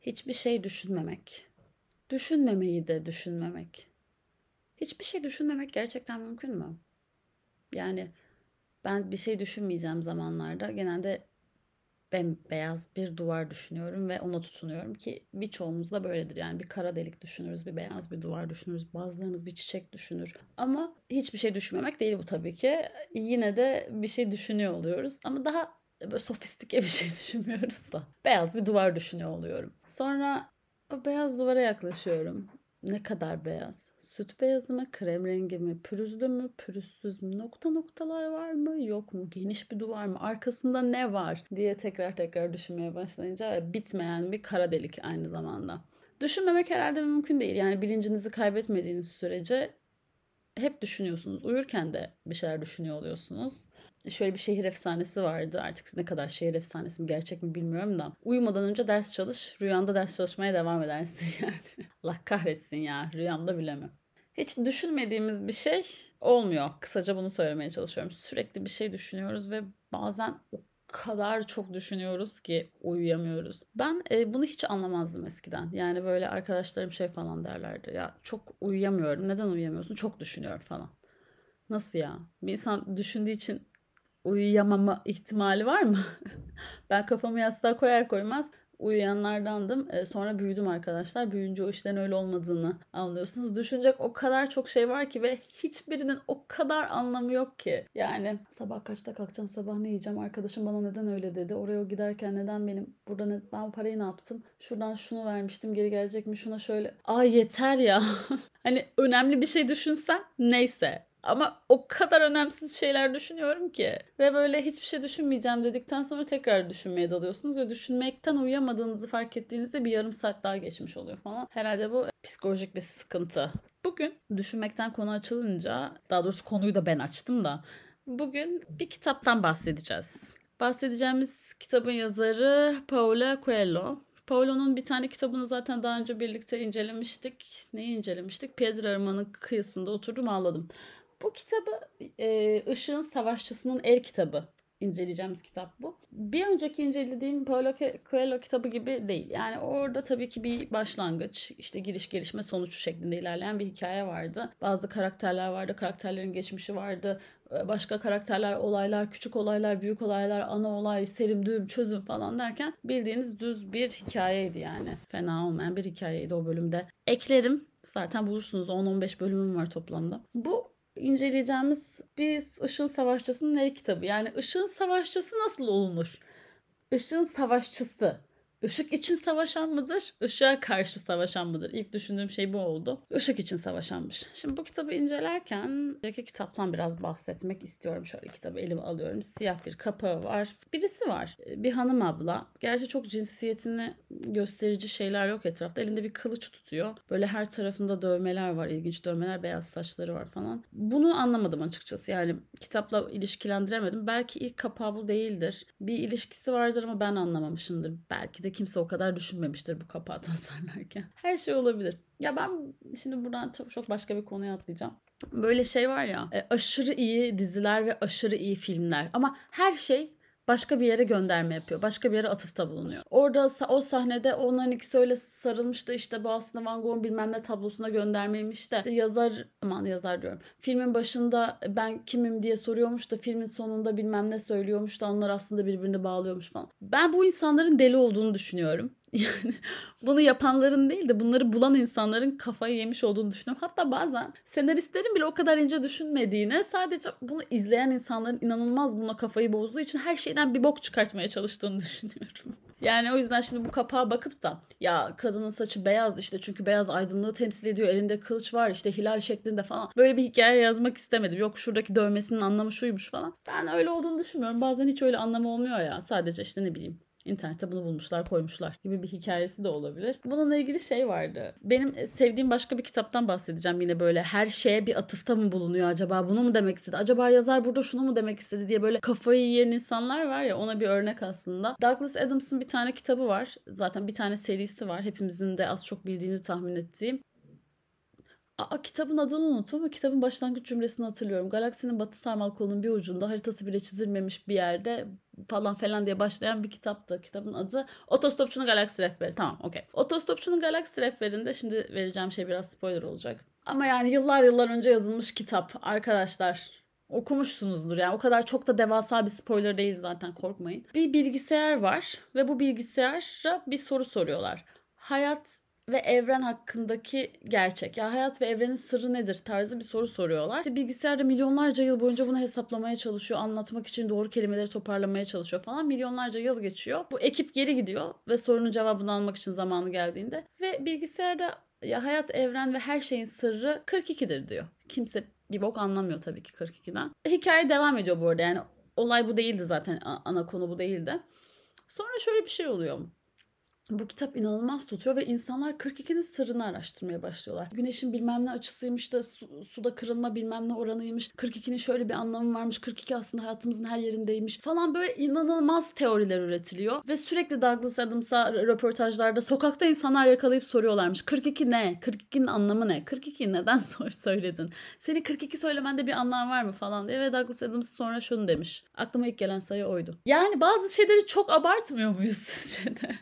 Hiçbir şey düşünmemek. Düşünmemeyi de düşünmemek. Hiçbir şey düşünmemek gerçekten mümkün mü? Yani ben bir şey düşünmeyeceğim zamanlarda genelde bembeyaz bir duvar düşünüyorum ve ona tutunuyorum ki birçoğumuz da böyledir. Yani bir kara delik düşünürüz, bir beyaz bir duvar düşünürüz, bazılarımız bir çiçek düşünür. Ama hiçbir şey düşünmemek değil bu tabii ki. Yine de bir şey düşünüyor oluyoruz ama daha böyle sofistike bir şey düşünmüyoruz da. Beyaz bir duvar düşünüyor oluyorum. Sonra o beyaz duvara yaklaşıyorum. Ne kadar beyaz? Süt beyazı mı, krem rengi mi, pürüzlü mü, pürüzsüz mü, nokta noktalar var mı, yok mu, geniş bir duvar mı, arkasında ne var diye tekrar tekrar düşünmeye başlayınca bitmeyen bir kara delik aynı zamanda. Düşünmemek herhalde mümkün değil. Yani bilincinizi kaybetmediğiniz sürece hep düşünüyorsunuz. Uyurken de bir şeyler düşünüyor oluyorsunuz. Şöyle bir şehir efsanesi vardı. Artık ne kadar şehir efsanesi mi gerçek mi bilmiyorum da. Uyumadan önce ders çalış, rüyanda ders çalışmaya devam edersin yani. Allah kahretsin ya, rüyamda bilemem. Hiç düşünmediğimiz bir şey olmuyor. Kısaca bunu söylemeye çalışıyorum. Sürekli bir şey düşünüyoruz ve bazen o kadar çok düşünüyoruz ki uyuyamıyoruz. Ben bunu hiç anlamazdım eskiden. Yani böyle arkadaşlarım şey falan derlerdi. Ya çok uyuyamıyorum. Neden uyuyamıyorsun? Çok düşünüyorum falan. Nasıl ya? Bir insan düşündüğü için uyuyamama ihtimali var mı? Ben kafamı yastığa koyar koymaz uyuyanlardandım. Sonra büyüdüm arkadaşlar. Büyüyünce o işlerin öyle olmadığını anlıyorsunuz. Düşünecek o kadar çok şey var ki ve hiçbirinin o kadar anlamı yok ki. Yani sabah kaçta kalkacağım, sabah ne yiyeceğim, arkadaşım bana neden öyle dedi, oraya o giderken neden benim, burada ne, ben parayı ne yaptım, şuradan şunu vermiştim geri gelecek mi, şuna şöyle. Ay yeter ya. Hani önemli bir şey düşünsen neyse. Ama o kadar önemsiz şeyler düşünüyorum ki. Ve böyle hiçbir şey düşünmeyeceğim dedikten sonra tekrar düşünmeye dalıyorsunuz. Ve düşünmekten uyuyamadığınızı fark ettiğinizde bir yarım saat daha geçmiş oluyor falan. Herhalde bu psikolojik bir sıkıntı. Bugün düşünmekten konu açılınca, daha doğrusu konuyu da ben açtım da. Bugün bir kitaptan bahsedeceğiz. Bahsedeceğimiz kitabın yazarı Paulo Coelho. Paulo'nun bir tane kitabını zaten daha önce birlikte incelemiştik. Neyi incelemiştik? Piedra Irmağı'nın kıyısında oturdum ağladım. Bu kitabı Işığın Savaşçısının El kitabı. İnceleyeceğimiz kitap bu. Bir önceki incelediğim Paulo Coelho kitabı gibi değil. Yani orada tabii ki bir başlangıç, işte giriş gelişme sonuç şeklinde ilerleyen bir hikaye vardı. Bazı karakterler vardı, karakterlerin geçmişi vardı. Başka karakterler, olaylar, küçük olaylar, büyük olaylar, ana olay, serim, düğüm, çözüm falan derken bildiğiniz düz bir hikayeydi yani. Fena olmayan bir hikayeydi o bölümde. Eklerim. Zaten bulursunuz 10-15 bölümüm var toplamda. Bu inceleyeceğimiz bir Işın Savaşçısı'nın el kitabı. Yani Işın Savaşçısı nasıl olunur? Işığın savaşçısı. Işık için savaşan mıdır? Işığa karşı savaşan mıdır? İlk düşündüğüm şey bu oldu. Işık için savaşanmış. Şimdi bu kitabı incelerken önceki kitaptan biraz bahsetmek istiyorum. Şöyle kitabı elime alıyorum. Siyah bir kapağı var. Birisi var. Bir hanım abla. Gerçi çok cinsiyetini gösterici şeyler yok etrafta. Elinde bir kılıç tutuyor. Böyle her tarafında dövmeler var. İlginç dövmeler. Beyaz saçları var falan. Bunu anlamadım açıkçası. Yani kitapla ilişkilendiremedim. Belki ilk kapağı bu değildir. Bir ilişkisi vardır ama ben anlamamışımdır. Belki de kimse o kadar düşünmemiştir bu kapağı tasarlarken. Her şey olabilir. Ya ben şimdi buradan çok çok başka bir konuya atlayacağım. Böyle şey var ya, aşırı iyi diziler ve aşırı iyi filmler ama her şey başka bir yere gönderme yapıyor. Başka bir yere atıfta bulunuyor. Orada o sahnede onların ikisi öyle sarılmıştı, işte bu aslında Van Gogh'un bilmem ne tablosuna göndermeymiş de yazar, aman yazar diyorum. Filmin başında ben kimim diye soruyormuş da filmin sonunda bilmem ne söylüyormuş da onlar aslında birbirini bağlıyormuş falan. Ben bu insanların deli olduğunu düşünüyorum. Yani bunu yapanların değil de bunları bulan insanların kafayı yemiş olduğunu düşünüyorum. Hatta bazen senaristlerin bile o kadar ince düşünmediğine, sadece bunu izleyen insanların inanılmaz buna kafayı bozduğu için her şeyden bir bok çıkartmaya çalıştığını düşünüyorum. Yani o yüzden şimdi bu kapağa bakıp da ya kadının saçı beyaz işte çünkü beyaz aydınlığı temsil ediyor, elinde kılıç var işte hilal şeklinde falan, böyle bir hikaye yazmak istemedim. Yok şuradaki dövmesinin anlamı şuymuş falan. Ben öyle olduğunu düşünmüyorum. Bazen hiç öyle anlamı olmuyor ya. Sadece işte ne bileyim İnternette bunu bulmuşlar, koymuşlar gibi bir hikayesi de olabilir. Bununla ilgili şey vardı. Benim sevdiğim başka bir kitaptan bahsedeceğim. Yine böyle her şeye bir atıfta mı bulunuyor acaba? Bunu mu demek istedi? Acaba yazar burada şunu mu demek istedi diye böyle kafayı yiyen insanlar var ya, ona bir örnek aslında. Douglas Adams'ın bir tane kitabı var. Zaten bir tane serisi var. Hepimizin de az çok bildiğini tahmin ettiğim. Kitabın adını unuttum ama kitabın başlangıç cümlesini hatırlıyorum. Galaksinin batı sarmal kolunun bir ucunda, haritası bile çizilmemiş bir yerde falan falan diye başlayan bir kitaptı. Kitabın adı Otostopçunun Galaksi Rehberi. Tamam, okey. Otostopçunun Galaksi Rehberi'nde, şimdi vereceğim şey biraz spoiler olacak. Ama yani yıllar önce yazılmış kitap arkadaşlar. Okumuşsunuzdur yani, o kadar çok da devasa bir spoiler değil zaten, korkmayın. Bir bilgisayar var ve bu bilgisayara bir soru soruyorlar. Hayat ve evren hakkındaki gerçek. Ya hayat ve evrenin sırrı nedir tarzı bir soru soruyorlar. İşte bilgisayarda milyonlarca yıl boyunca bunu hesaplamaya çalışıyor. Anlatmak için doğru kelimeleri toparlamaya çalışıyor falan. Milyonlarca yıl geçiyor. Bu ekip geri gidiyor ve sorunun cevabını almak için zamanı geldiğinde. Ve bilgisayarda ya hayat, evren ve her şeyin sırrı 42'dir diyor. Kimse bir bok anlamıyor tabii ki 42'den. Hikaye devam ediyor bu arada, yani olay bu değildi zaten, ana konu bu değildi. Sonra şöyle bir şey oluyor. Bu kitap inanılmaz tutuyor ve insanlar 42'nin sırrını araştırmaya başlıyorlar. Güneşin bilmem ne açısıymış da suda kırılma bilmem ne oranıymış. 42'nin şöyle bir anlamı varmış. 42 aslında hayatımızın her yerindeymiş falan, böyle inanılmaz teoriler üretiliyor. Ve sürekli Douglas Adams'a röportajlarda sokakta insanlar yakalayıp soruyorlarmış. 42 ne? 42'nin anlamı ne? 42'yi neden söyledin? Seni 42 söylemende bir anlam var mı falan diye. Ve Douglas Adams sonra şunu demiş. Aklıma ilk gelen sayı oydu. Yani bazı şeyleri çok abartmıyor muyuz sizce de?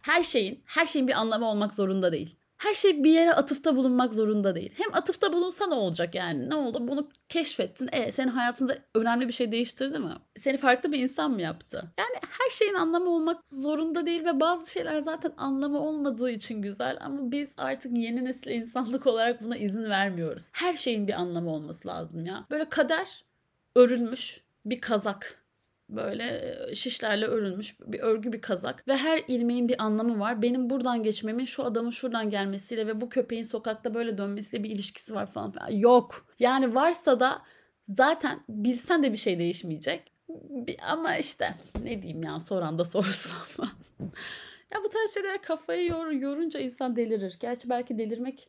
Her şeyin bir anlamı olmak zorunda değil. Her şey bir yere atıfta bulunmak zorunda değil. Hem atıfta bulunsa ne olacak yani? Ne oldu? Bunu keşfettin. Senin hayatında önemli bir şey değiştirdi mi? Seni farklı bir insan mı yaptı? Yani her şeyin anlamı olmak zorunda değil ve bazı şeyler zaten anlamı olmadığı için güzel, ama biz artık yeni nesil insanlık olarak buna izin vermiyoruz. Her şeyin bir anlamı olması lazım ya. Böyle kader örülmüş bir kazak. Böyle şişlerle örülmüş bir örgü, bir kazak ve her ilmeğin bir anlamı var. Benim buradan geçmemin şu adamın şuradan gelmesiyle ve bu köpeğin sokakta böyle dönmesiyle bir ilişkisi var falan filan. Yok. Yani varsa da zaten bilsen de bir şey değişmeyecek. Ama işte ne diyeyim ya, soran da sorsun ama. Ya bu tarz şeyler kafayı yorunca insan delirir. Gerçi belki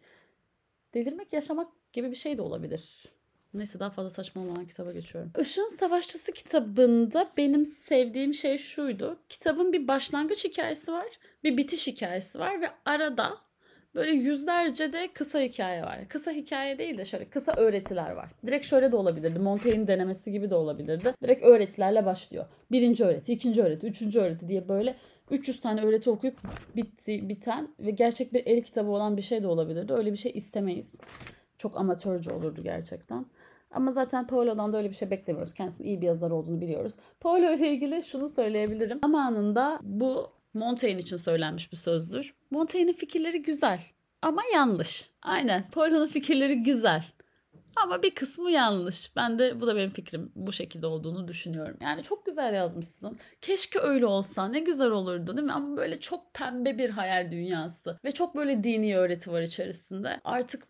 delirmek yaşamak gibi bir şey de olabilir. Neyse, daha fazla saçmalamadan kitaba geçiyorum. Işığın Savaşçısı kitabında benim sevdiğim şey şuydu. Kitabın bir başlangıç hikayesi var, bir bitiş hikayesi var ve arada böyle yüzlerce de kısa hikaye var. Kısa hikaye değil de şöyle kısa öğretiler var. Direkt şöyle de olabilirdi. Montaigne'in denemesi gibi de olabilirdi. Direkt öğretilerle başlıyor. Birinci öğreti, ikinci öğreti, üçüncü öğreti diye böyle 300 tane öğreti okuyup biten ve gerçek bir el kitabı olan bir şey de olabilirdi. Öyle bir şey istemeyiz. Çok amatörce olurdu gerçekten. Ama zaten Paulo'dan da öyle bir şey beklemiyoruz. Kendisinin iyi bir yazar olduğunu biliyoruz. Paulo ile ilgili şunu söyleyebilirim. Zamanında bu Montaigne için söylenmiş bir sözdür. Montaigne'in fikirleri güzel ama yanlış. Aynen, Paulo'nun fikirleri güzel ama bir kısmı yanlış. Bu da benim fikrim, bu şekilde olduğunu düşünüyorum. Yani çok güzel yazmışsın. Keşke öyle olsa ne güzel olurdu, değil mi? Ama böyle çok pembe bir hayal dünyası ve çok böyle dini öğreti var içerisinde. Artık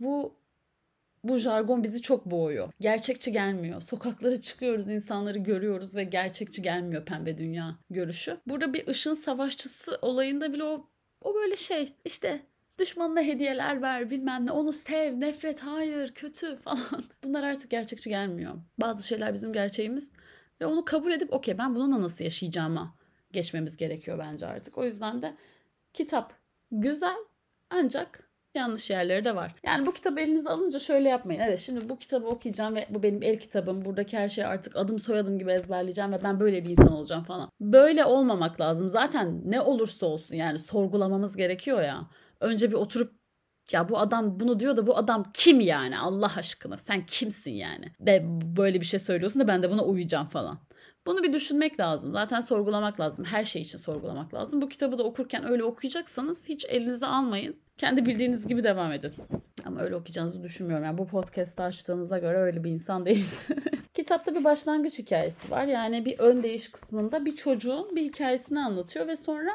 bu jargon bizi çok boğuyor. Gerçekçi gelmiyor. Sokaklara çıkıyoruz, insanları görüyoruz ve gerçekçi gelmiyor pembe dünya görüşü. Burada bir ışın savaşçısı olayında bile o böyle şey işte, düşmanına hediyeler ver bilmem ne, onu sev, nefret, hayır, kötü falan. Bunlar artık gerçekçi gelmiyor. Bazı şeyler bizim gerçeğimiz ve onu kabul edip okey, ben bununla nasıl yaşayacağıma geçmemiz gerekiyor bence artık. O yüzden de kitap güzel ancak yanlış yerleri de var. Yani bu kitabı elinize alınca şöyle yapmayın. Evet, şimdi bu kitabı okuyacağım ve bu benim el kitabım. Buradaki her şeyi artık adım soyadım gibi ezberleyeceğim ve ben böyle bir insan olacağım falan. Böyle olmamak lazım. Zaten ne olursa olsun yani sorgulamamız gerekiyor ya. Önce bir oturup, ya bu adam bunu diyor da bu adam kim yani, Allah aşkına sen kimsin yani? De böyle bir şey söylüyorsun da ben de buna uyacağım falan. Bunu bir düşünmek lazım. Zaten sorgulamak lazım. Her şey için sorgulamak lazım. Bu kitabı da okurken öyle okuyacaksanız hiç elinize almayın. Kendi bildiğiniz gibi devam edin. Ama öyle okuyacağınızı düşünmüyorum. Yani bu podcast'ı açtığınıza göre öyle bir insan değilsiniz. Kitapta bir başlangıç hikayesi var. Yani bir ön değiş kısmında bir çocuğun bir hikayesini anlatıyor ve sonra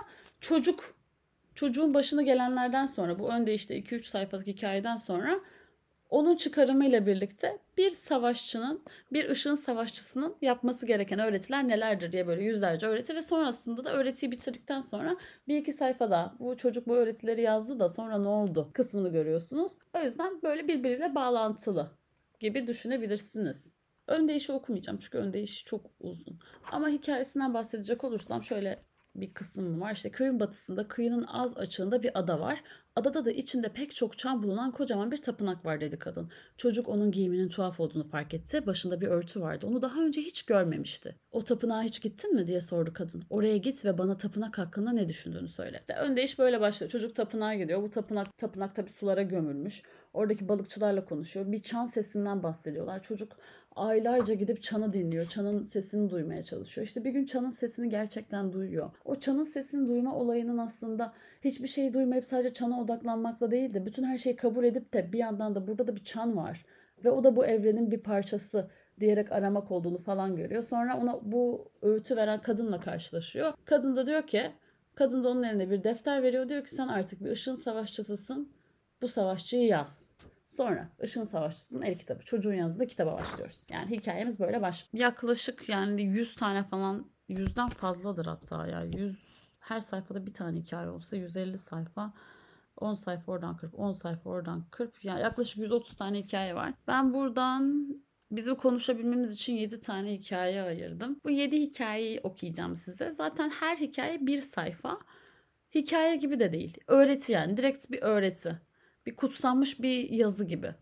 çocuğun başına gelenlerden sonra, bu ön değişte 2-3 sayfalık hikayeden sonra onun çıkarımıyla birlikte bir ışığın savaşçısının yapması gereken öğretiler nelerdir diye böyle yüzlerce öğreti ve sonrasında da öğretiyi bitirdikten sonra bir iki sayfada bu çocuk bu öğretileri yazdı da sonra ne oldu kısmını görüyorsunuz. O yüzden böyle birbiriyle bağlantılı gibi düşünebilirsiniz. Ön değişi okumayacağım çünkü ön değişi çok uzun. Ama hikayesinden bahsedecek olursam şöyle bir kısım var. İşte köyün batısında, kıyının az açığında bir ada var. Adada da içinde pek çok çam bulunan kocaman bir tapınak var dedi kadın. Çocuk onun giyiminin tuhaf olduğunu fark etti. Başında bir örtü vardı. Onu daha önce hiç görmemişti. O tapınağa hiç gittin mi diye sordu kadın. Oraya git ve bana tapınak hakkında ne düşündüğünü söyle. İşte önde iş böyle başlıyor. Çocuk tapınağa gidiyor. Bu tapınak tabii sulara gömülmüş. Oradaki balıkçılarla konuşuyor. Bir çan sesinden bahsediyorlar. Çocuk aylarca gidip çanı dinliyor. Çanın sesini duymaya çalışıyor. İşte bir gün çanın sesini gerçekten duyuyor. O çanın sesini duyma olayının aslında hiçbir şeyi duymayıp sadece çana odaklanmakla değil de bütün her şeyi kabul edip de bir yandan da burada da bir çan var. Ve o da bu evrenin bir parçası diyerek aramak olduğunu falan görüyor. Sonra ona bu öğütü veren kadınla karşılaşıyor. Kadın da onun eline bir defter veriyor. Diyor ki sen artık bir ışın savaşçısısın. Bu savaşçıyı yaz. Sonra Işığın Savaşçısı'nın el kitabı. Çocuğun yazdığı kitaba başlıyoruz. Yani hikayemiz böyle başlıyor. Yaklaşık yani 100 tane falan, 100'den fazladır hatta ya. 100, her sayfada bir tane hikaye olsa 150 sayfa. 10 sayfa oradan 40, 10 sayfa oradan 40. Yani yaklaşık 130 tane hikaye var. Ben buradan bizim konuşabilmemiz için 7 tane hikaye ayırdım. Bu 7 hikayeyi okuyacağım size. Zaten her hikaye bir sayfa. Hikaye gibi de değil. Öğreti yani. Direkt bir öğreti. Bir kutsanmış bir yazı gibi.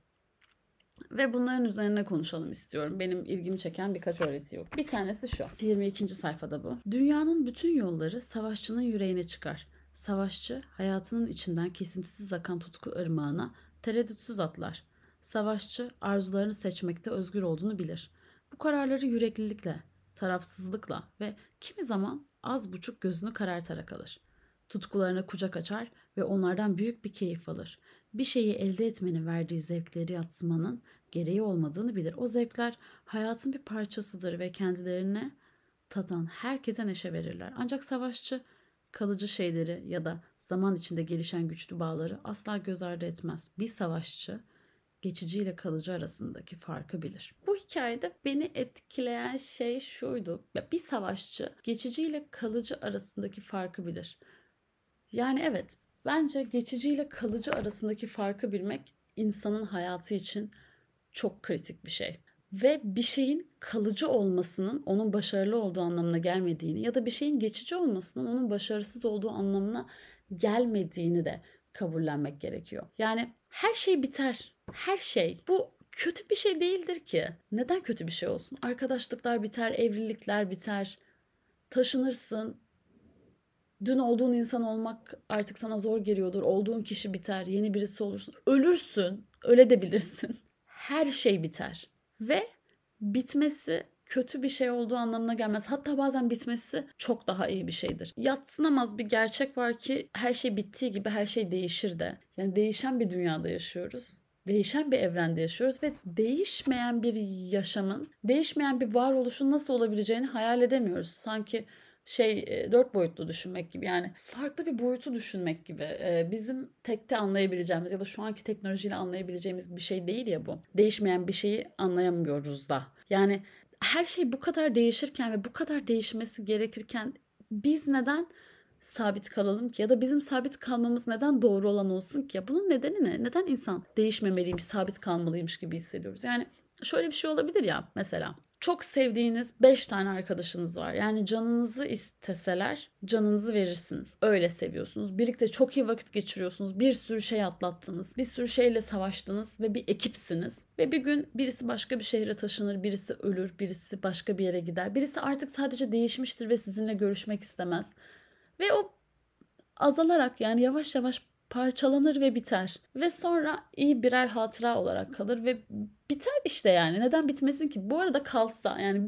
Ve bunların üzerine konuşalım istiyorum. Benim ilgimi çeken birkaç öğreti yok. Bir tanesi şu. 22. sayfada bu. Dünyanın bütün yolları savaşçının yüreğine çıkar. Savaşçı hayatının içinden kesintisiz akan tutku ırmağına tereddütsüz atlar. Savaşçı arzularını seçmekte özgür olduğunu bilir. Bu kararları yüreklilikle, tarafsızlıkla ve kimi zaman az buçuk gözünü karartarak alır. Tutkularına kucak açar ve onlardan büyük bir keyif alır. Bir şeyi elde etmenin verdiği zevkleri yatsımanın gereği olmadığını bilir. O zevkler hayatın bir parçasıdır ve kendilerine tadan herkese neşe verirler. Ancak savaşçı kalıcı şeyleri ya da zaman içinde gelişen güçlü bağları asla göz ardı etmez. Bir savaşçı geçici ile kalıcı arasındaki farkı bilir. Bu hikayede beni etkileyen şey şuydu. Bir savaşçı geçici ile kalıcı arasındaki farkı bilir. Yani evet, bence geçici ile kalıcı arasındaki farkı bilmek insanın hayatı için çok kritik bir şey. Ve bir şeyin kalıcı olmasının onun başarılı olduğu anlamına gelmediğini ya da bir şeyin geçici olmasının onun başarısız olduğu anlamına gelmediğini de kabullenmek gerekiyor. Yani her şey biter. Her şey. Bu kötü bir şey değildir ki. Neden kötü bir şey olsun? Arkadaşlıklar biter, evlilikler biter. Taşınırsın. Dün olduğun insan olmak artık sana zor geliyordur. Olduğun kişi biter, yeni birisi olursun. Ölürsün, öyle de bilirsin. Her şey biter. Ve bitmesi kötü bir şey olduğu anlamına gelmez. Hatta bazen bitmesi çok daha iyi bir şeydir. Yadsınamaz bir gerçek var ki her şey bittiği gibi her şey değişir de. Yani değişen bir dünyada yaşıyoruz. Değişen bir evrende yaşıyoruz ve değişmeyen bir yaşamın, değişmeyen bir varoluşun nasıl olabileceğini hayal edemiyoruz. Sanki dört boyutlu düşünmek gibi, yani farklı bir boyutu düşünmek gibi. Bizim tekte anlayabileceğimiz ya da şu anki teknolojiyle anlayabileceğimiz bir şey değil ya bu. Değişmeyen bir şeyi anlayamıyoruz da. Yani her şey bu kadar değişirken ve bu kadar değişmesi gerekirken biz neden sabit kalalım ki? Ya da bizim sabit kalmamız neden doğru olan olsun ki? Ya bunun nedeni ne? Neden insan değişmemeliymiş, sabit kalmalıymış gibi hissediyoruz? Yani şöyle bir şey olabilir ya mesela. Çok sevdiğiniz 5 tane arkadaşınız var. Yani canınızı isteseler canınızı verirsiniz. Öyle seviyorsunuz. Birlikte çok iyi vakit geçiriyorsunuz. Bir sürü şey atlattınız. Bir sürü şeyle savaştınız ve bir ekipsiniz. Ve bir gün birisi başka bir şehre taşınır, birisi ölür, birisi başka bir yere gider. Birisi artık sadece değişmiştir ve sizinle görüşmek istemez. Ve o azalarak, yani yavaş yavaş parçalanır ve biter. Ve sonra iyi birer hatıra olarak kalır ve biter işte yani. Neden bitmesin ki? Bu arada kalsa, yani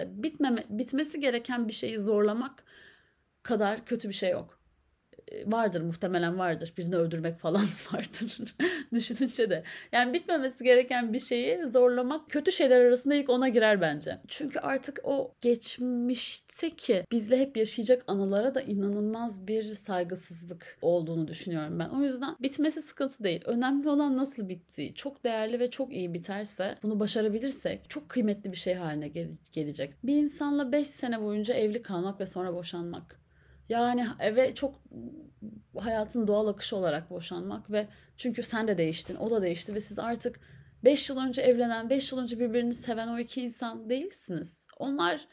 bitmesi gereken bir şeyi zorlamak kadar kötü bir şey yok. Vardır, muhtemelen vardır. Birini öldürmek falan vardır. Düşününce de. Yani bitmemesi gereken bir şeyi zorlamak kötü şeyler arasında ilk ona girer bence. Çünkü artık o geçmişte ki bizle hep yaşayacak anılara da inanılmaz bir saygısızlık olduğunu düşünüyorum ben. O yüzden bitmesi sıkıntı değil. Önemli olan nasıl bittiği. Çok değerli ve çok iyi biterse, bunu başarabilirsek çok kıymetli bir şey haline gelecek. Bir insanla 5 sene boyunca evli kalmak ve sonra boşanmak. Yani eve çok hayatın doğal akışı olarak boşanmak ve çünkü sen de değiştin, o da değişti ve siz artık 5 yıl önce evlenen, 5 yıl önce birbirini seven o iki insan değilsiniz. Onlar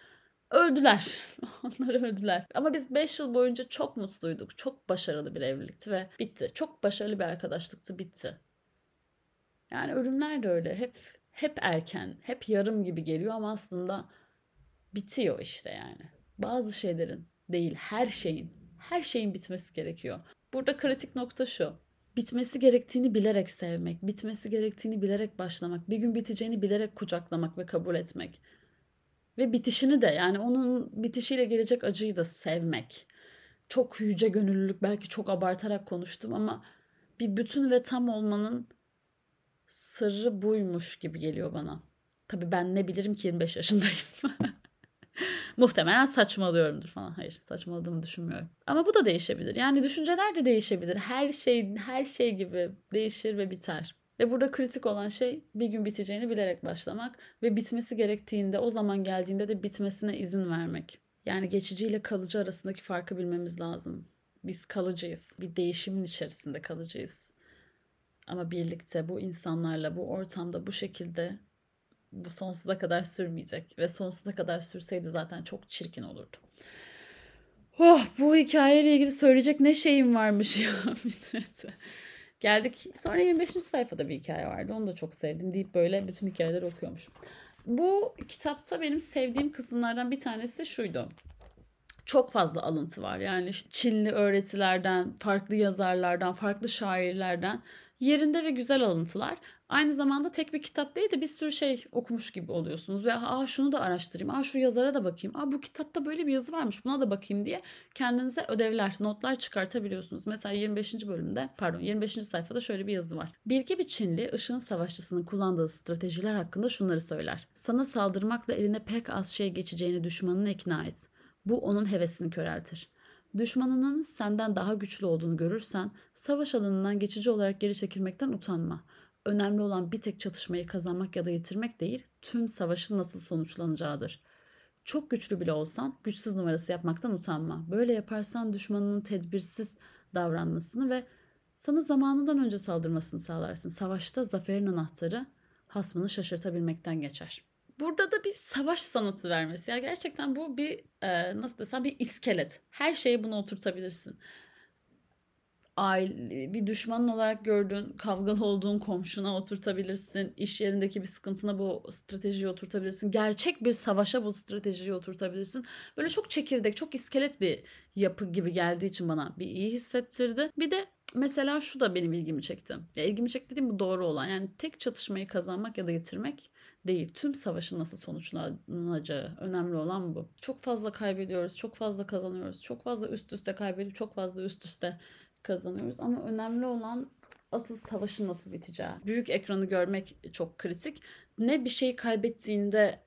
Öldüler. Onlar öldüler. Ama biz 5 yıl boyunca çok mutluyduk. Çok başarılı bir evlilikti ve bitti. Çok başarılı bir arkadaşlıktı, bitti. Yani ölümler de öyle. Hep erken, hep yarım gibi geliyor ama aslında bitiyor işte yani. Bazı şeylerin değil, her şeyin bitmesi gerekiyor. Burada kritik nokta şu. Bitmesi gerektiğini bilerek sevmek, bitmesi gerektiğini bilerek başlamak, bir gün biteceğini bilerek kucaklamak ve kabul etmek. Ve bitişini de, yani onun bitişiyle gelecek acıyı da sevmek. Çok yüce gönüllülük, belki çok abartarak konuştum ama bir bütün ve tam olmanın sırrı buymuş gibi geliyor bana. Tabii ben ne bilirim ki, 25 yaşındayım. Muhtemelen saçmalıyorumdur falan. Hayır, saçmaladığımı düşünmüyorum. Ama bu da değişebilir. Yani düşünceler de değişebilir. Her şey gibi değişir ve biter. Ve burada kritik olan şey, bir gün biteceğini bilerek başlamak ve bitmesi gerektiğinde, o zaman geldiğinde de bitmesine izin vermek. Yani geçici ile kalıcı arasındaki farkı bilmemiz lazım. Biz kalıcıyız. Bir değişimin içerisinde kalıcıyız. Ama birlikte bu insanlarla, bu ortamda, bu şekilde bu sonsuza kadar sürmeyecek. Ve sonsuza kadar sürseydi zaten çok çirkin olurdu. Oh, bu hikayeyle ilgili söyleyecek ne şeyim varmış ya Mitret'e. Geldik. Sonra 25. sayfada bir hikaye vardı. Onu da çok sevdim deyip böyle bütün hikayeleri okuyormuşum. Bu kitapta benim sevdiğim kısımlardan bir tanesi şuydu. Çok fazla alıntı var. Yani işte Çinli öğretilerden, farklı yazarlardan, farklı şairlerden yerinde ve güzel alıntılar. Aynı zamanda tek bir kitap değil de bir sürü şey okumuş gibi oluyorsunuz. Ve şunu da araştırayım, şu yazara da bakayım, bu kitapta böyle bir yazı varmış, buna da bakayım diye kendinize ödevler, notlar çıkartabiliyorsunuz. Mesela 25. sayfada şöyle bir yazı var. Bilge bir Çinli ışığın savaşçısının kullandığı stratejiler hakkında şunları söyler. Sana saldırmakla eline pek az şey geçeceğini düşmanını ikna et. Bu onun hevesini köreltir. Düşmanının senden daha güçlü olduğunu görürsen savaş alanından geçici olarak geri çekilmekten utanma. Önemli olan bir tek çatışmayı kazanmak ya da yitirmek değil, tüm savaşın nasıl sonuçlanacağıdır. Çok güçlü bile olsan güçsüz numarası yapmaktan utanma. Böyle yaparsan düşmanının tedbirsiz davranmasını ve sana zamanından önce saldırmasını sağlarsın. Savaşta zaferin anahtarı hasmını şaşırtabilmekten geçer. Burada da bir savaş sanatı vermesi. Ya gerçekten bu bir nasıl desem, bir iskelet. Her şeyi buna oturtabilirsin. Bir düşmanın olarak gördüğün, kavgalı olduğun komşuna oturtabilirsin. İş yerindeki bir sıkıntına bu stratejiyi oturtabilirsin. Gerçek bir savaşa bu stratejiyi oturtabilirsin. Böyle çok çekirdek, çok iskelet bir yapı gibi geldiği için bana bir iyi hissettirdi. Bir de mesela şu da benim ilgimi çekti. Ya ilgimi çekti dediğim, bu doğru olan. Yani tek çatışmayı kazanmak ya da yitirmek değil. Tüm savaşın nasıl sonuçlanacağı önemli olan bu. Çok fazla kaybediyoruz, çok fazla kazanıyoruz. Çok fazla üst üste kaybedip çok fazla üst üste kazanıyoruz. Ama önemli olan asıl savaşın nasıl biteceği. Büyük ekranı görmek çok kritik. Ne bir şey kaybettiğinde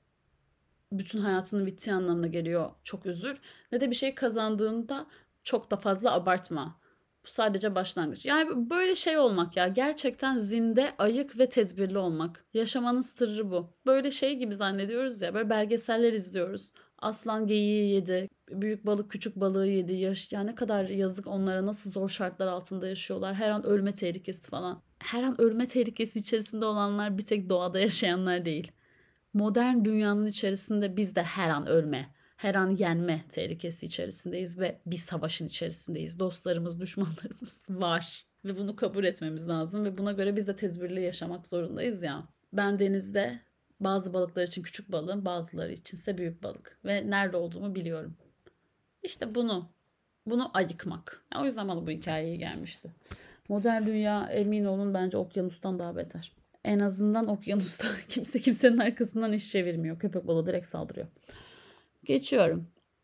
bütün hayatının bittiği anlamına geliyor, çok üzül. Ne de bir şey kazandığında çok da fazla abartma. Bu sadece başlangıç. Yani böyle şey olmak ya, gerçekten zinde, ayık ve tedbirli olmak. Yaşamanın sırrı bu. Böyle şey gibi zannediyoruz ya, böyle belgeseller izliyoruz. Aslan geyiği yedi, büyük balık küçük balığı yedi. Ya ne kadar yazık onlara, nasıl zor şartlar altında yaşıyorlar. Her an ölme tehlikesi falan. Her an ölme tehlikesi içerisinde olanlar bir tek doğada yaşayanlar değil. Modern dünyanın içerisinde biz de her an ölme, her an yenme tehlikesi içerisindeyiz ve bir savaşın içerisindeyiz. Dostlarımız, düşmanlarımız var ve bunu kabul etmemiz lazım ve buna göre biz de tedbirli yaşamak zorundayız ya. Ben denizde bazı balıklar için küçük balığım, bazıları içinse büyük balık ve nerede olduğumu biliyorum. İşte bunu ayıkmak. O yüzden bana bu hikaye iyi gelmişti. Modern dünya, emin olun, bence okyanustan daha beter. En azından okyanusta kimse kimsenin arkasından iş çevirmiyor. Köpek balığı direkt saldırıyor. Geçiyorum.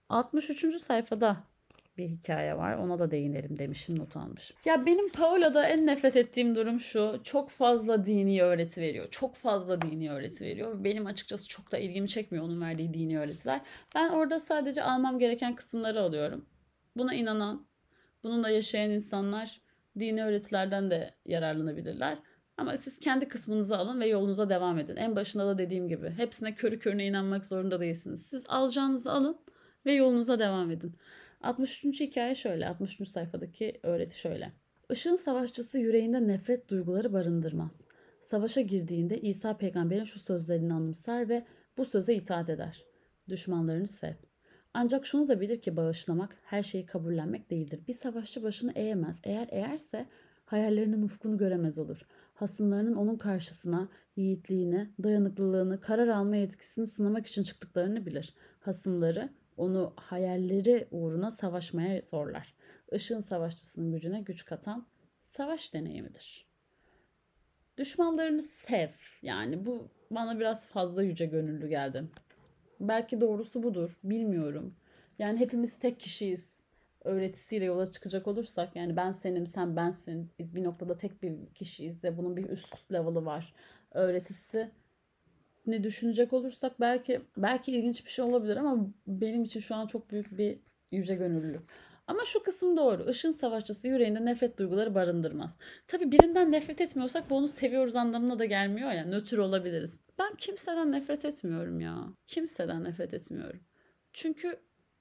63. sayfada bir hikaye var. Ona da değinelim demişim, not almışım. Ya benim Paola'da en nefret ettiğim durum şu. Çok fazla dini öğreti veriyor. Çok fazla dini öğreti veriyor. Benim açıkçası çok da ilgimi çekmiyor onun verdiği dini öğretiler. Ben orada sadece almam gereken kısımları alıyorum. Buna inanan, bununla yaşayan insanlar dini öğretilerden de yararlanabilirler. Ama siz kendi kısmınızı alın ve yolunuza devam edin. En başında da dediğim gibi hepsine körü körüne inanmak zorunda değilsiniz. Siz alacağınızı alın ve yolunuza devam edin. 63. hikaye şöyle. 63. sayfadaki öğreti şöyle. Işığın savaşçısı yüreğinde nefret duyguları barındırmaz. Savaşa girdiğinde İsa peygamberin şu sözlerini anımsar ve bu söze itaat eder. Düşmanlarını sev. Ancak şunu da bilir ki bağışlamak her şeyi kabullenmek değildir. Bir savaşçı başını eğemez. Eğer eğerse hayallerinin ufkunu göremez olur. Hasımlarının onun karşısına yiğitliğini, dayanıklılığını, karar alma yetkisini sınamak için çıktıklarını bilir. Hasımları onu hayalleri uğruna savaşmaya zorlar. Işığın savaşçısının gücüne güç katan savaş deneyimidir. Düşmanlarını sev. Yani bu bana biraz fazla yüce gönüllü geldi. Belki doğrusu budur. Bilmiyorum. Yani hepimiz tek kişiyiz. Öğretisiyle yola çıkacak olursak yani ben senim, sen bensin. Biz bir noktada tek bir kişiyiz ve bunun bir üst level'ı var. Öğretisi ne düşünecek olursak belki ilginç bir şey olabilir ama benim için şu an çok büyük bir yüce gönüllülük. Ama şu kısım doğru. Işın savaşçısı yüreğinde nefret duyguları barındırmaz. Tabii birinden nefret etmiyorsak bu onu seviyoruz anlamına da gelmiyor ya. Nötr olabiliriz. Ben kimseden nefret etmiyorum ya. Kimseden nefret etmiyorum. Çünkü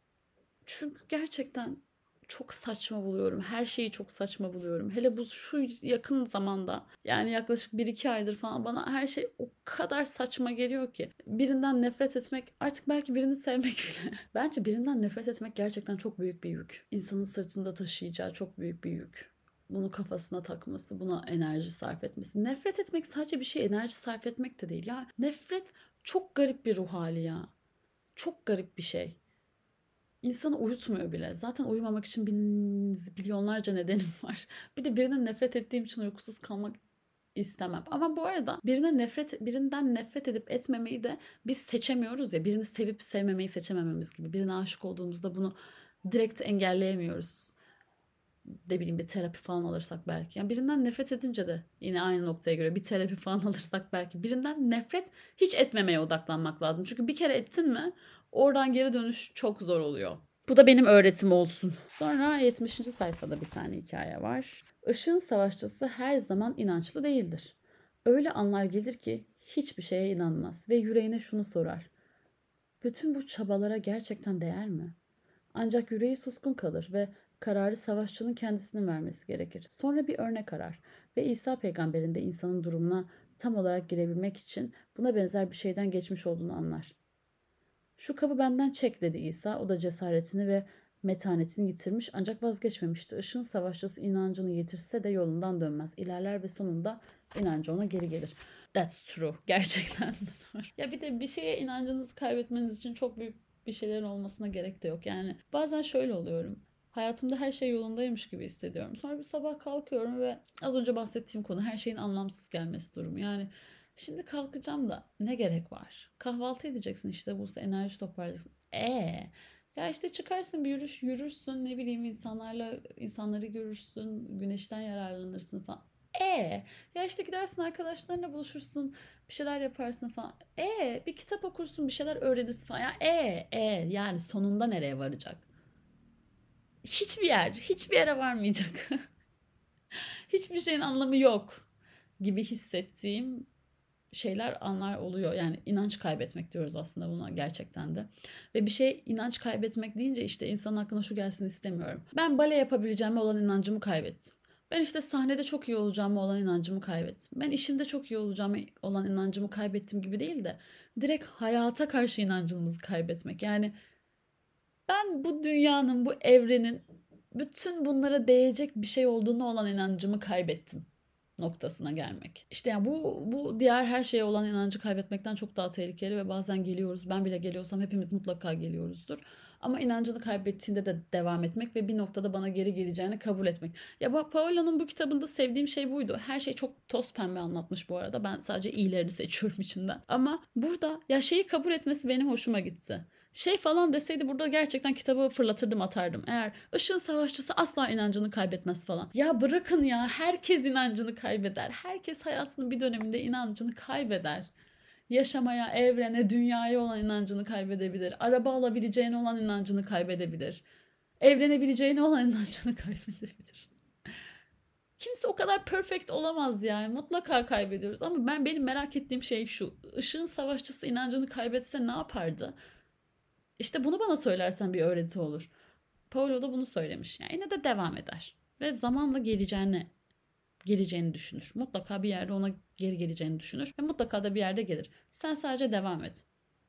gerçekten çok saçma buluyorum. Her şeyi çok saçma buluyorum. Hele bu şu yakın zamanda yani yaklaşık bir iki aydır falan bana her şey o kadar saçma geliyor ki. Birinden nefret etmek artık belki birini sevmek bile. Bence birinden nefret etmek gerçekten çok büyük bir yük. İnsanın sırtında taşıyacağı çok büyük bir yük. Bunu kafasına takması, buna enerji sarf etmesi. Nefret etmek sadece bir şey enerji sarf etmek de değil. Ya nefret çok garip bir ruh hali ya. Çok garip bir şey. İnsanı uyutmuyor bile. Zaten uyumamak için milyonlarca nedenim var. Bir de birinden nefret ettiğim için uykusuz kalmak istemem. Ama bu arada birinden nefret edip etmemeyi de biz seçemiyoruz ya. Birini sevip sevmemeyi seçemememiz gibi. Birine aşık olduğumuzda bunu direkt engelleyemiyoruz. Ne bileyim bir terapi falan alırsak belki. Yani birinden nefret edince de yine aynı noktaya göre bir terapi falan alırsak belki birinden nefret hiç etmemeye odaklanmak lazım. Çünkü bir kere ettin mi oradan geri dönüş çok zor oluyor. Bu da benim öğretim olsun. Sonra 70. sayfada bir tane hikaye var. Işığın savaşçısı her zaman inançlı değildir. Öyle anlar gelir ki hiçbir şeye inanmaz ve yüreğine şunu sorar. Bütün bu çabalara gerçekten değer mi? Ancak yüreği suskun kalır ve kararı savaşçının kendisinin vermesi gerekir. Sonra bir örnek arar ve İsa peygamberin de insanın durumuna tam olarak girebilmek için buna benzer bir şeyden geçmiş olduğunu anlar. Şu kabı benden çek dedi İsa. O da cesaretini ve metanetini yitirmiş ancak vazgeçmemişti. Işığın savaşçısı inancını yitirse de yolundan dönmez. İlerler ve sonunda inancı ona geri gelir. That's true. Gerçekten. Ya bir de bir şeye inancınızı kaybetmeniz için çok büyük bir şeylerin olmasına gerek de yok. Yani bazen şöyle oluyorum. Hayatımda her şey yolundaymış gibi hissediyorum. Sonra bir sabah kalkıyorum ve az önce bahsettiğim konu her şeyin anlamsız gelmesi durumu. Yani şimdi kalkacağım da ne gerek var? Kahvaltı edeceksin işte bu enerji toparlayacaksın. Ya işte çıkarsın bir yürürsün ne bileyim insanları görürsün, güneşten yararlanırsın falan. Ya işte gidersin arkadaşlarına buluşursun, bir şeyler yaparsın falan. Bir kitap okursun, bir şeyler öğrenirsin falan. Ya yani sonunda nereye varacak? Hiçbir yere varmayacak. Hiçbir şeyin anlamı yok gibi hissettiğim anlar oluyor. Yani inanç kaybetmek diyoruz aslında buna gerçekten de. Ve bir şey inanç kaybetmek deyince işte insanın aklına şu gelsin istemiyorum. Ben bale yapabileceğime olan inancımı kaybettim. Ben işte sahnede çok iyi olacağıma olan inancımı kaybettim. Ben işimde çok iyi olacağıma olan inancımı kaybettim gibi değil de direkt hayata karşı inancımızı kaybetmek. Yani ben bu dünyanın, bu evrenin bütün bunlara değecek bir şey olduğunu olan inancımı kaybettim noktasına gelmek. İşte yani bu diğer her şeye olan inancı kaybetmekten çok daha tehlikeli ve bazen geliyoruz. Ben bile geliyorsam hepimiz mutlaka geliyoruzdur. Ama inancını kaybettiğinde de devam etmek ve bir noktada bana geri geleceğini kabul etmek. Ya Paolo'nun bu kitabında sevdiğim şey buydu. Her şey çok toz pembe anlatmış bu arada. Ben sadece iyilerini seçiyorum içinden. Ama burada ya şeyi kabul etmesi benim hoşuma gitti. Falan deseydi burada gerçekten kitabı fırlatırdım atardım. Eğer ışığın savaşçısı asla inancını kaybetmez falan. Ya bırakın ya herkes inancını kaybeder. Herkes hayatının bir döneminde inancını kaybeder. Yaşamaya, evrene, dünyaya olan inancını kaybedebilir. Araba alabileceğine olan inancını kaybedebilir. Evlenebileceğine olan inancını kaybedebilir. Kimse o kadar perfect olamaz yani. Mutlaka kaybediyoruz. Ama benim merak ettiğim şey şu. Işığın savaşçısı inancını kaybetse ne yapardı? İşte bunu bana söylersen bir öğreti olur. Paulo da bunu söylemiş. Yani yine de devam eder. Ve zamanla geleceğini düşünür. Mutlaka bir yerde ona geri geleceğini düşünür. Ve mutlaka da bir yerde gelir. Sen sadece devam et.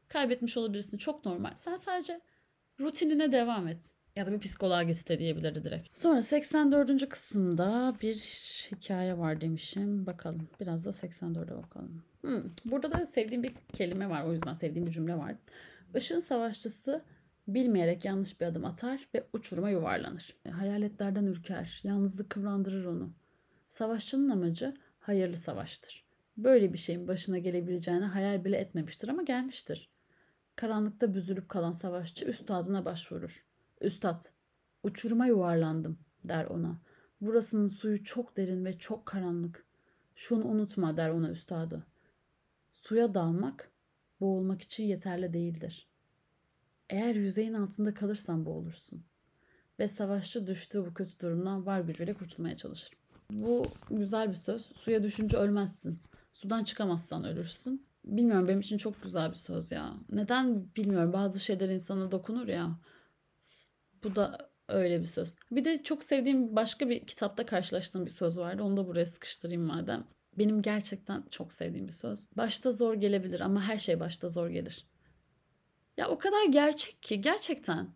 Kaybetmiş olabilirsin. Çok normal. Sen sadece rutinine devam et. Ya da bir psikoloğa git de diyebilirdi direkt. Sonra 84. kısımda bir hikaye var demişim. Bakalım. Biraz da 84'e bakalım. Burada da sevdiğim bir kelime var. O yüzden sevdiğim bir cümle var. Işın savaşçısı bilmeyerek yanlış bir adım atar ve uçuruma yuvarlanır. Hayaletlerden ürker. Yalnızlık kıvrandırır onu. Savaşçının amacı hayırlı savaştır. Böyle bir şeyin başına gelebileceğini hayal bile etmemiştir ama gelmiştir. Karanlıkta büzülüp kalan savaşçı üstadına başvurur. Üstad, uçuruma yuvarlandım der ona. Burasının suyu çok derin ve çok karanlık. Şunu unutma der ona üstadı. Suya dalmak, boğulmak için yeterli değildir. Eğer yüzeyin altında kalırsan boğulursun. Ve savaşçı düştüğü bu kötü durumdan var gücüyle kurtulmaya çalışır. Bu güzel bir söz. Suya düşünce ölmezsin. Sudan çıkamazsan ölürsün. Bilmiyorum, benim için çok güzel bir söz ya. Neden bilmiyorum, bazı şeyler insana dokunur ya. Bu da öyle bir söz. Bir de çok sevdiğim başka bir kitapta karşılaştığım bir söz vardı. Onu da buraya sıkıştırayım madem. Benim gerçekten çok sevdiğim bir söz. Başta zor gelebilir ama her şey başta zor gelir. Ya o kadar gerçek ki gerçekten.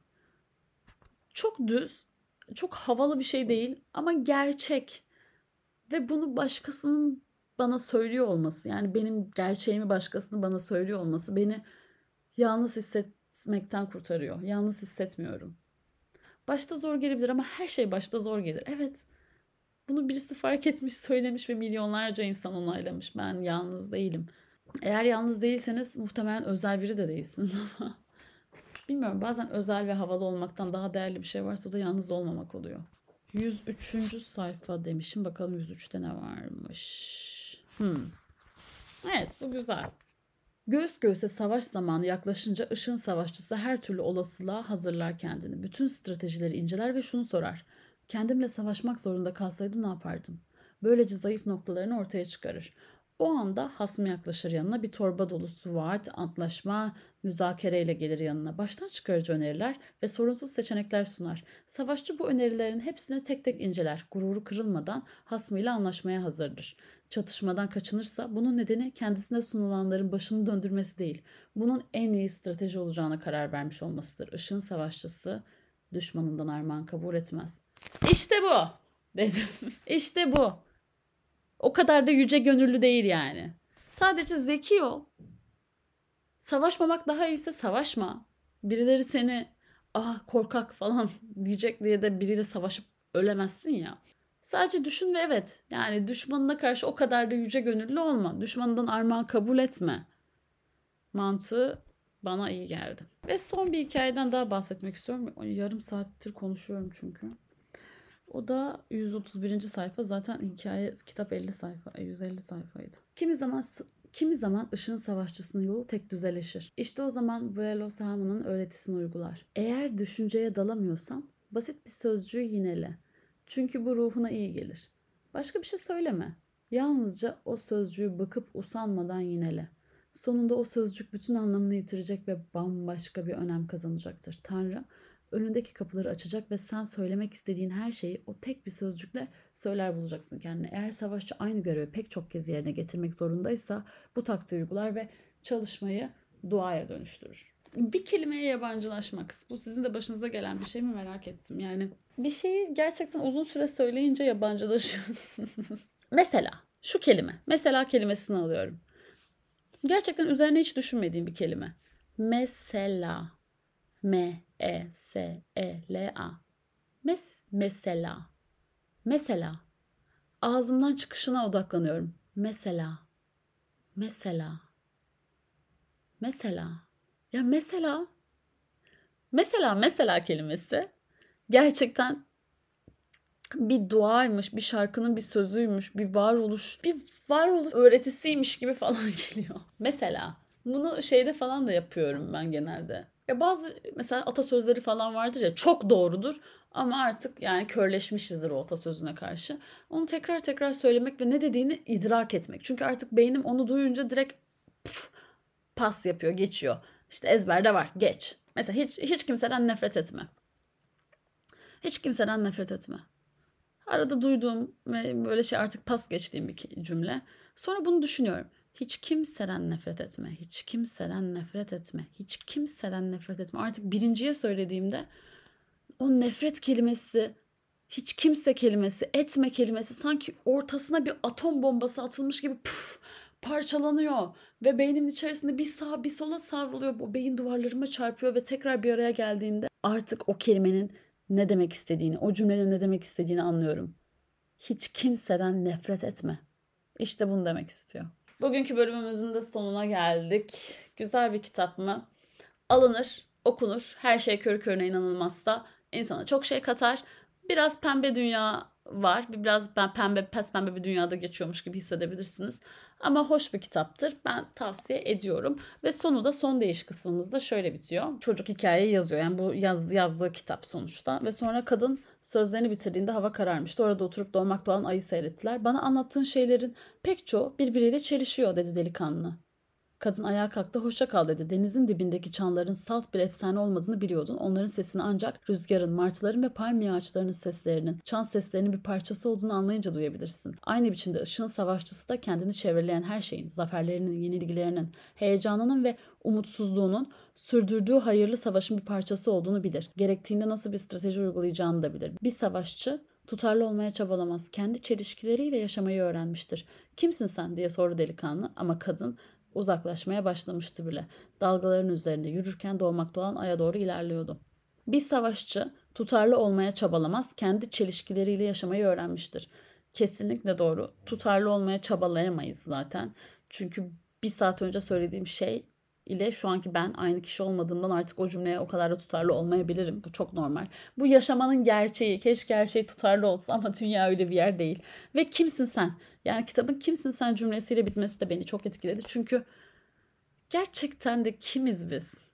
Çok düz, çok havalı bir şey değil ama gerçek. Ve bunu başkasının bana söylüyor olması, yani benim gerçeğimi başkasının bana söylüyor olması beni yalnız hissetmekten kurtarıyor. Yalnız hissetmiyorum. Başta zor gelebilir ama her şey başta zor gelir. Evet, bunu birisi fark etmiş, söylemiş ve milyonlarca insan onaylamış. Ben yalnız değilim. Eğer yalnız değilseniz muhtemelen özel biri de değilsiniz ama bilmiyorum, bazen özel ve havalı olmaktan daha değerli bir şey varsa o da yalnız olmamak oluyor. 103. sayfa demişim. Bakalım 103'te ne varmış. Evet, bu güzel. Göğüs göğüse savaş zamanı yaklaşınca ışın savaşçısı her türlü olasılığa hazırlar kendini. Bütün stratejileri inceler ve şunu sorar. Kendimle savaşmak zorunda kalsaydım ne yapardım? Böylece zayıf noktalarını ortaya çıkarır. O anda hasmı yaklaşır yanına, bir torba dolusu vaat, antlaşma, müzakereyle gelir yanına. Baştan çıkarıcı öneriler ve sorunsuz seçenekler sunar. Savaşçı bu önerilerin hepsini tek tek inceler. Gururu kırılmadan hasmıyla anlaşmaya hazırdır. Çatışmadan kaçınırsa bunun nedeni kendisine sunulanların başını döndürmesi değil, bunun en iyi strateji olacağına karar vermiş olmasıdır. Işın savaşçısı düşmanından armağan kabul etmez. İşte bu dedim. İşte bu. O kadar da yüce gönüllü değil yani. Sadece zeki ol. Savaşmamak daha iyiyse savaşma. Birileri seni korkak falan diyecek diye de biriyle savaşıp ölemezsin ya. Sadece düşün ve evet, yani düşmanına karşı o kadar da yüce gönüllü olma. Düşmanından armağan kabul etme. Mantığı bana iyi geldi. Ve son bir hikayeden daha bahsetmek istiyorum. Yarım saattir konuşuyorum çünkü. O da 131. sayfa. Zaten hikaye kitap 50 sayfa, 150 sayfaydı. Kimi zaman ışığın savaşçısının yolu tek düzeleşir. İşte o zaman Brelos Haman'ın öğretisini uygular. Eğer düşünceye dalamıyorsan basit bir sözcüğü yinele. Çünkü bu ruhuna iyi gelir. Başka bir şey söyleme. Yalnızca o sözcüğü bakıp usanmadan yinele. Sonunda o sözcük bütün anlamını yitirecek ve bambaşka bir önem kazanacaktır. Tanrı önündeki kapıları açacak ve sen söylemek istediğin her şeyi o tek bir sözcükle söyler bulacaksın kendine. Eğer savaşçı aynı görevi pek çok kez yerine getirmek zorundaysa bu taktiği uygular ve çalışmayı duaya dönüştürür. Bir kelimeye yabancılaşmak. Bu sizin de başınıza gelen bir şey mi, merak ettim. Yani bir şeyi gerçekten uzun süre söyleyince yabancılaşıyorsunuz. Mesela şu kelime. Mesela kelimesini alıyorum. Gerçekten üzerine hiç düşünmediğim bir kelime. Mesela. M-E-S-E-L-A. Mesela. Mesela. Ağzımdan çıkışına odaklanıyorum. Mesela. Mesela. Mesela. Ya mesela. Mesela kelimesi gerçekten bir duaymış, bir şarkının bir sözüymüş, bir varoluş öğretisiymiş gibi falan geliyor. Mesela bunu şeyde falan da yapıyorum ben genelde. Ya bazı mesela atasözleri falan vardır ya, çok doğrudur ama artık yani körleşmişizdir o atasözüne karşı. Onu tekrar tekrar söylemek ve ne dediğini idrak etmek. Çünkü artık beynim onu duyunca direkt pas yapıyor, geçiyor. İşte ezberde var, geç. Mesela hiç kimseden nefret etme. Hiç kimseden nefret etme. Arada duyduğum ve böyle şey artık pas geçtiğim bir cümle. Sonra bunu düşünüyorum. Hiç kimseden nefret etme. Hiç kimseden nefret etme. Hiç kimseden nefret etme. Artık birinciye söylediğimde o nefret kelimesi, hiç kimse kelimesi, etme kelimesi sanki ortasına bir atom bombası atılmış gibi parçalanıyor. Ve beynimin içerisinde bir sağa bir sola savruluyor. O beyin duvarlarıma çarpıyor ve tekrar bir araya geldiğinde artık o kelimenin ne demek istediğini, o cümlenin ne demek istediğini anlıyorum. Hiç kimseden nefret etme. İşte bunu demek istiyor. Bugünkü bölümümüzün de sonuna geldik. Güzel bir kitap mı? Alınır, okunur. Her şey körü körüne inanılmazsa insana çok şey katar. Biraz pembe dünya var. Biraz pes pembe bir dünyada geçiyormuş gibi hissedebilirsiniz. Ama hoş bir kitaptır. Ben tavsiye ediyorum. Ve sonu da son değiş kısmımızda şöyle bitiyor. Çocuk hikayeyi yazıyor. Yani bu yazdığı kitap sonuçta. Ve sonra kadın sözlerini bitirdiğinde hava kararmıştı. Orada oturup doğmak doğan ayı seyrettiler. Bana anlattığın şeylerin pek çoğu birbiriyle çelişiyor dedi delikanlı. Kadın ayağa kalktı, hoşça kal dedi. Denizin dibindeki çanların salt bir efsane olmadığını biliyordun. Onların sesini ancak rüzgarın, martıların ve palmiye ağaçlarının seslerinin, çan seslerinin bir parçası olduğunu anlayınca duyabilirsin. Aynı biçimde ışığın savaşçısı da kendini çevreleyen her şeyin, zaferlerinin, yenilgilerinin, heyecanının ve umutsuzluğunun sürdürdüğü hayırlı savaşın bir parçası olduğunu bilir. Gerektiğinde nasıl bir strateji uygulayacağını da bilir. Bir savaşçı tutarlı olmaya çabalamaz. Kendi çelişkileriyle yaşamayı öğrenmiştir. Kimsin sen diye sordu delikanlı ama kadın uzaklaşmaya başlamıştı bile. Dalgaların üzerinde yürürken doğmak doğan aya doğru ilerliyordu. Bir savaşçı tutarlı olmaya çabalamaz, kendi çelişkileriyle yaşamayı öğrenmiştir. Kesinlikle doğru. Tutarlı olmaya çabalayamayız zaten. Çünkü bir saat önce söylediğim şey ile şu anki ben aynı kişi olmadığımdan artık o cümleye o kadar da tutarlı olmayabilirim. Bu çok normal. Bu yaşamanın gerçeği. Keşke her şey tutarlı olsa ama dünya öyle bir yer değil. Ve kimsin sen? Yani kitabın kimsin sen cümlesiyle bitmesi de beni çok etkiledi. Çünkü gerçekten de kimiz biz?